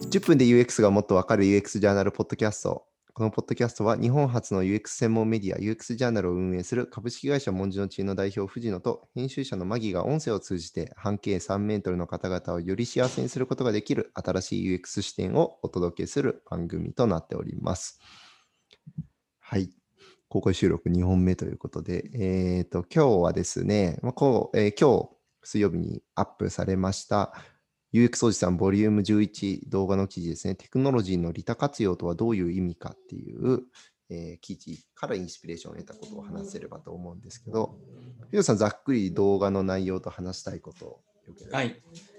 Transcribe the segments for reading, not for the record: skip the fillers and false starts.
10分で UX がもっとわかる UX ジャーナルポッドキャスト。このポッドキャストは日本初の UX 専門メディア UX ジャーナルを運営する株式会社文字の知恵の代表藤野と編集者のマギが音声を通じて半径3メートルの方々をより幸せにすることができる新しい UX 視点をお届けする番組となっております。はい。公開収録2本目ということで、今日はですね、今日水曜日にアップされましたUX おじさんボリューム11動画の記事ですね。テクノロジーの利他活用とはどういう意味かっていう、記事からインスピレーションを得たことを話せればと思うんですけど、ヒロさんざっくり動画の内容と話したいことをよければ。 はい。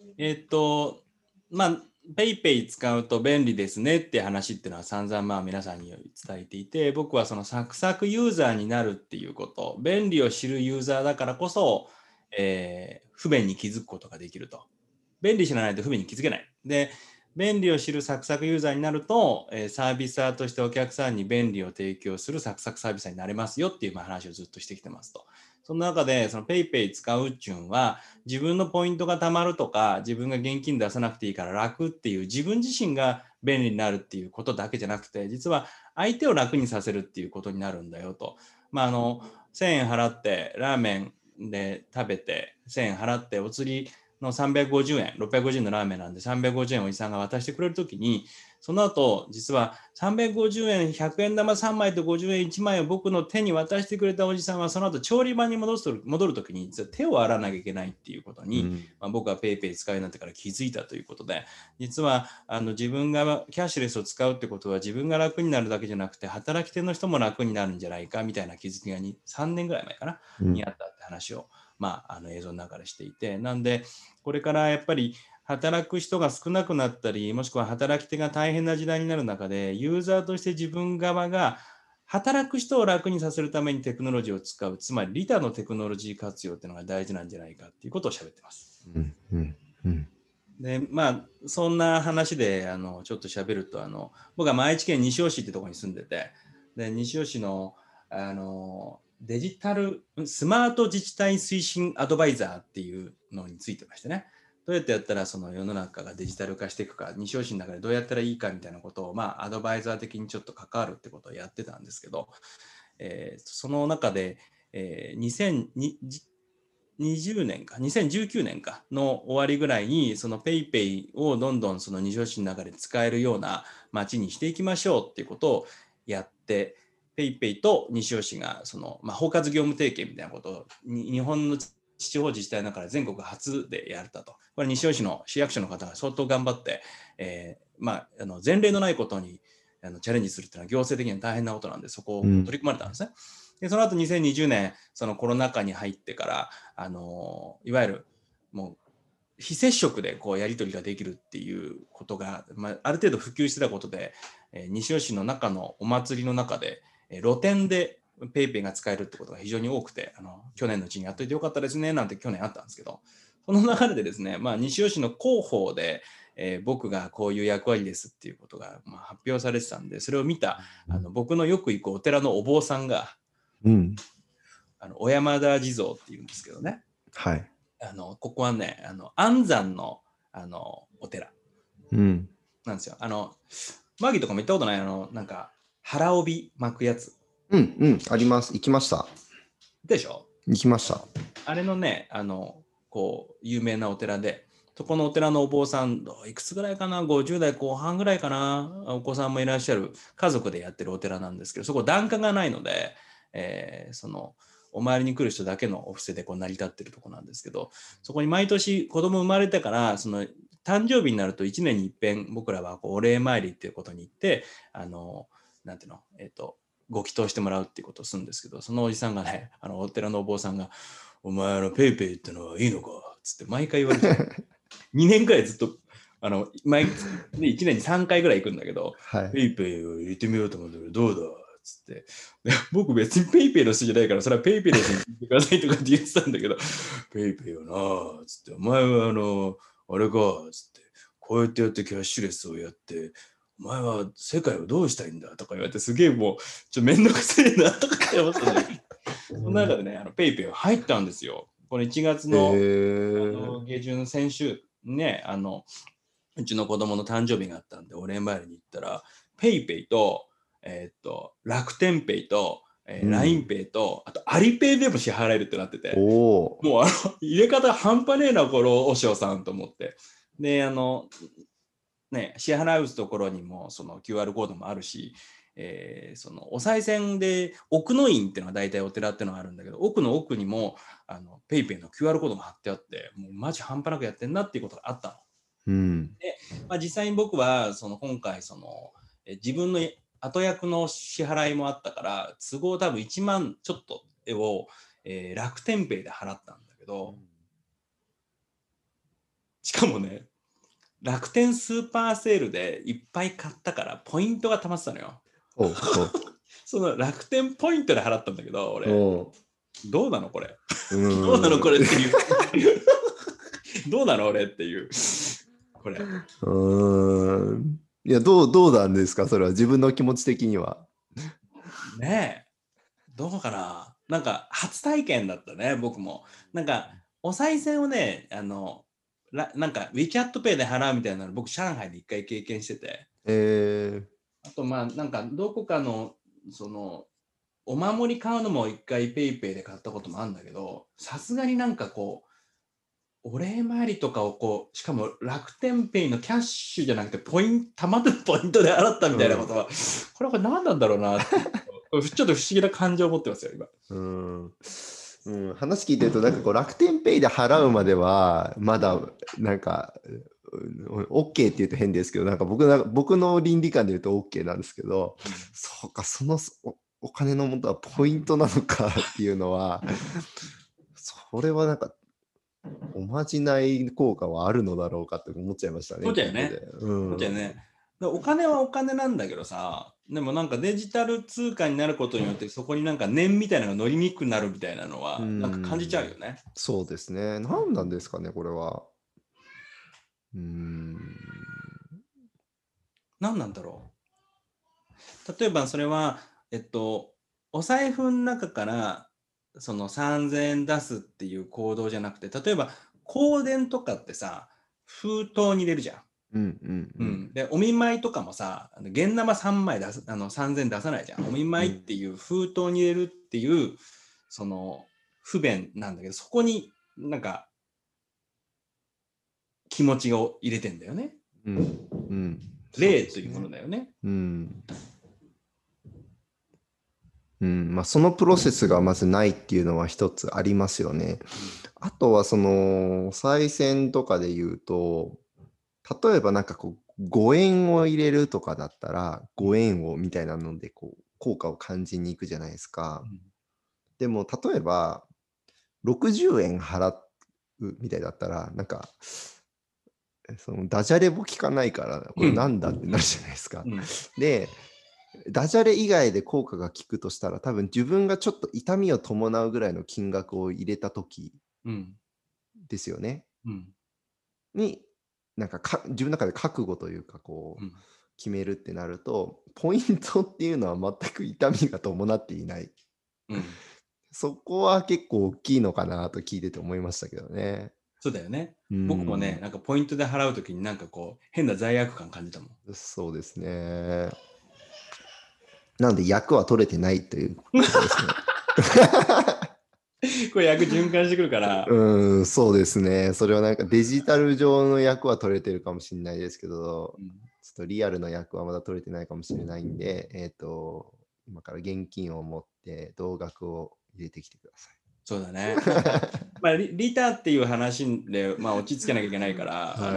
ペイペイ使うと便利ですねって話っていうのは散々皆さんに伝えていて、僕はそのサクサクユーザーになるっていうこと、便利を知るユーザーだからこそ、不便に気づくことができると。便利知らないと不便に気づけない。で、便利を知るサクサクユーザーになると、サービサーとしてお客さんに便利を提供するサクサクサービスになれますよっていう話をずっとしてきてますと。その中で、そのペイペイ使うっちゅうんは、自分のポイントが貯まるとか、自分が現金出さなくていいから楽っていう、自分自身が便利になるっていうことだけじゃなくて、実は相手を楽にさせるっていうことになるんだよと。1000円払ってラーメンで食べて、1000円払ってお釣りの350円、650円のラーメンなんで350円おじさんが渡してくれるときに、その後、実は350円、100円玉3枚と50円1枚を僕の手に渡してくれたおじさんは、その後調理場に戻るときに、実は手を洗わなきゃいけないっていうことに、僕はペイペイ使うようになってから気づいたということで、実は自分がキャッシュレスを使うってことは、自分が楽になるだけじゃなくて、働き手の人も楽になるんじゃないかみたいな気づきが3年ぐらい前かな、にあったって話を、映像の中でしていて、なんで、これからやっぱり働く人が少なくなったり、もしくは働き手が大変な時代になる中で、ユーザーとして自分側が働く人を楽にさせるためにテクノロジーを使う、つまり利他のテクノロジー活用っていうのが大事なんじゃないかっていうことを喋ってます。で、そんな話でちょっと喋ると、僕は愛知県西尾市ってところに住んでて、で西尾市のデジタルスマート自治体推進アドバイザーっていうのについてましてね、どうやってやったらその世の中がデジタル化していくか、西尾市の中でどうやったらいいかみたいなことを、アドバイザー的にちょっと関わるってことをやってたんですけど、その中で、2020年か2019年かの終わりぐらいに、そのペイペイをどんどんその西尾市の中で使えるような街にしていきましょうっていうことをやって、ペイペイと西尾市がその、包括業務提携みたいなことを日本の地方自治体の中で全国初でやったと。これ西尾市の市役所の方が相当頑張って、前例のないことにチャレンジするっていうのは行政的には大変なことなんで、そこを取り組まれたんですね。でその後2020年、そのコロナ禍に入ってから、いわゆるもう非接触でこうやり取りができるっていうことが、ある程度普及してたことで、西尾市の中のお祭りの中で、露店でペイペイが使えるってことが非常に多くて、去年のうちにやっといてよかったですねなんて去年あったんですけど、その流れでですね、西尾市の広報で、僕がこういう役割ですっていうことが、発表されてたんで、それを見た僕のよく行くお寺のお坊さんが、小山田地蔵っていうんですけどね、 はい、 ここはね、安山のお寺なんですよ。マギとかも行ったことない、なんか腹帯巻くやつ。 あります。行きました。 でしょ？ 行きました。 あれのね、こう有名なお寺で、そこのお寺のお坊さん、いくつぐらいかな、50代後半ぐらいかな、お子さんもいらっしゃる家族でやってるお寺なんですけど、そこ檀家がないので、そのお参りに来る人だけのお布施でこう成り立ってるとこなんですけど、そこに毎年子供生まれてから、その誕生日になると1年に一遍僕らはこうお礼参りっていうことに行って、なんていうの、ご祈祷してもらうっていうことをするんですけど、そのおじさんがね、お寺のお坊さんが、お前ペイペイってのはいいのかつって毎回言われて2年くらいずっと毎で1年に3回ぐらい行くんだけど、ペイペイを入れてみようと思うんだけどどうだつってで僕別にペイペイの人じゃないから、それはペイペイの人に言ってくださいとかって言ってたんだけどペイペイよなつって、お前はあれかつって、こうやってやってキャッシュレスをやってお前は世界をどうしたいんだとか言われて、すげえもうちょっとめんどくせえなとかって思ったんだけどその中でね、ペイペイ入ったんですよ。これ1月の、下旬、先週ね、 うちの子供の誕生日があったんで、お礼参りに行ったら、ペイペイと、楽天ペイと、ラインペイと、あとアリペイでも支払えるってなってて、 おー。 もう入れ方半端ねえな、このおしおさんと思って。で、ね、支払うところにもその QR コードもあるし、そのお賽銭で奥の院っていうのが大体お寺っていうのがあるんだけど、奥の奥にもペイペイの QR コードが貼ってあって、もうマジ半端なくやってんなっていうことがあったの。 うん。 で、実際に僕はその今回自分の後役の支払いもあったから都合多分1万ちょっとを、楽天ペイで払ったんだけど、しかもね、楽天スーパーセールでいっぱい買ったからポイントが溜まってたのよ。 おうその楽天ポイントで払ったんだけど、俺、 おどうなのこれ。 うどうなのこれってういう。どうなの俺っていう。これ。 ーん。いや、どうなんですかそれは自分の気持ち的には。 ねえ。どうかな。なんか初体験だったね、僕も。なんか、お賽銭をね、なんか WeChat Pay で払うみたいなの僕、上海で一回経験してて。 えあと、なんかどこかの、お守り買うのも一回 PayPay で買ったこともあるんだけど、さすがになんかこう、お礼参りとかをこう、しかも楽天ペイのキャッシュじゃなくて、たまったポイントで払ったみたいなことは、これ何なんだろうなっていう、ちょっと不思議な感情を持ってますよ、今。 話聞いてると、なんかこう楽天ペイで払うまでは、まだなんか、OK って言うと変ですけど、なんか僕の倫理観で言うと OK なんですけど、そうか、お金の元はポイントなのかっていうのは、それはなんか、おまじない効果はあるのだろうかって思っちゃいましたね、 そうだよね。 聞いてて。 そうだよね。お金はお金なんだけどさ、でもなんかデジタル通貨になることによって、そこになんか念みたいなのが乗りにくくなるみたいなのは、なんか感じちゃうよね。 そうですね。何なんですかね、これは。 何なんだろう。例えばそれは、お財布の中からその3000円出すっていう行動じゃなくて、例えば香典とかってさ、封筒に入れるじゃん。で、お見舞いとかもさ、現生3枚出す、3000円出さないじゃん。お見舞いっていう封筒に入れるっていう、その不便なんだけど、そこになんか気持ちを入れてんだよね。礼というものだよね。 まあ、そのプロセスがまずないっていうのは一つありますよね。あとはその賽銭とかで言うと、例えばなんかこう5円を入れるとかだったら5円をみたいなのでこう効果を感じに行くじゃないですか。でも例えば60円払うみたいだったらなんかそのダジャレも聞かないからこれなんだってなるじゃないですか。でダジャレ以外で効果が効くとしたら多分自分がちょっと痛みを伴うぐらいの金額を入れた時ですよね。になんか自分の中で覚悟というかこう決めるってなるとポイントっていうのは全く痛みが伴っていない。そこは結構大きいのかなと聞いてて思いましたけどね。 そうだよね。僕もね、なんかポイントで払うときになんかこう、変な罪悪感感じたもん。 そうですね。なので役は取れてないということですね。 これ役循環してくるから。 そうですね。それはなんかデジタル上の役は取れてるかもしれないですけど、ちょっとリアルの役はまだ取れてないかもしれないんで、今から現金を持って同額を入れてきてください。 そうだね。なんか、リタっていう話で、落ち着けなきゃいけないから、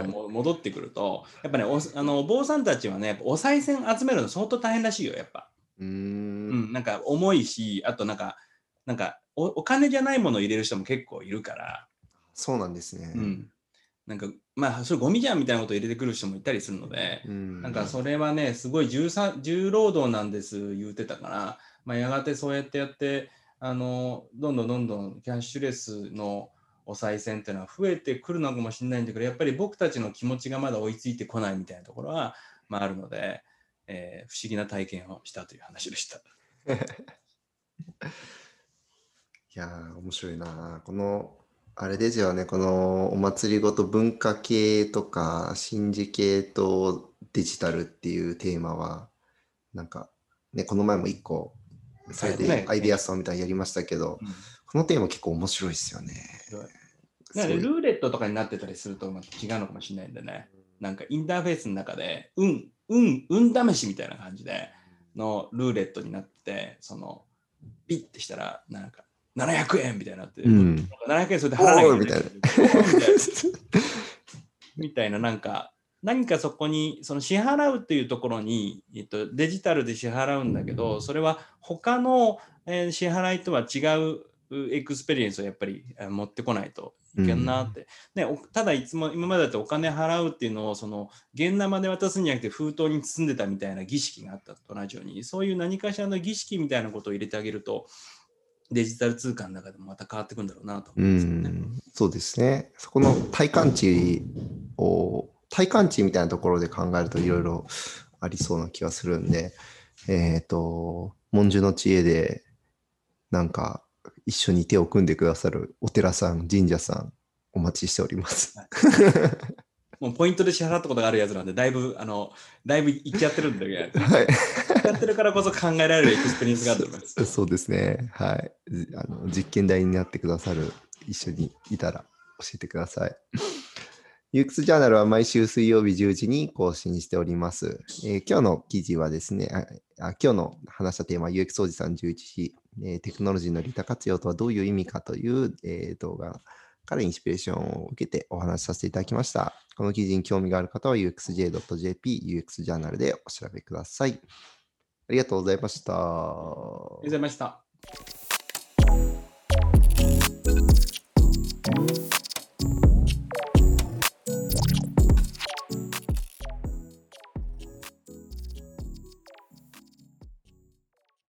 戻ってくると、やっぱね、お坊さんたちはね、お賽銭集めるの相当大変らしいよ、やっぱ。なんか重いし、あとなんかお金じゃないものを入れる人も結構いるから。 そうなんですね。 なんかそれゴミじゃんみたいなことを入れてくる人もいたりするので、なんかそれはね、すごい重労働なんです言ってたから、やがてそうやってどんどんキャッシュレスのお賽銭っていうのは増えてくるのかもしれないんだけど、やっぱり僕たちの気持ちがまだ追いついてこないみたいなところは、あるので、不思議な体験をしたという話でした。 いやー、面白いな。このあれですよね、このお祭りごと文化系とか神事系とデジタルっていうテーマは、なんかね、この前も一個、それでアイデアソンみたいなのやりましたけど、このテーマ結構面白いですよね。 ルーレットとかになってたりするとまた違うのかもしれないんでね。なんかインターフェースの中で、運試しみたいな感じでのルーレットになって、そのピッてしたら、なんか700円みたいになって、700円それで払わなきゃいけないみたいな、なんか何かそこにその支払うっていうところに、デジタルで支払うんだけど、それは他の、支払いとは違うエクスペリエンスをやっぱり持ってこないといけんなって、ね、ただ今までだとお金払うっていうのをその現生で渡すんじゃなくて封筒に包んでたみたいな儀式があったと同じように、そういう何かしらの儀式みたいなことを入れてあげるとデジタル通貨の中でもまた変わってくんだろうなと思いますね。 そうですね。そこの体感値みたいなところで考えるといろいろありそうな気がするんで、文殊の知恵でなんか一緒に手を組んでくださるお寺さん、神社さん、お待ちしております。 もうポイントで支払ったことがあるやつなんで、だいぶいっちゃってるんだけど、 はい。 やってるからこそ考えられるエクスペリエンスがあると思います。 そうですね。はい。実験台になってくださる、一緒にいたら教えてください。UX ジャーナルは毎週水曜日10時に更新しております。今日の記事はですね、今日の話したテーマは UX おじさん11時、テクノロジーの利他活用とはどういう意味かという、動画からインスピレーションを受けてお話しさせていただきました。この記事に興味がある方は uxj.jp、UX ジャーナルでお調べください。ありがとうございました。 ありがとうございました。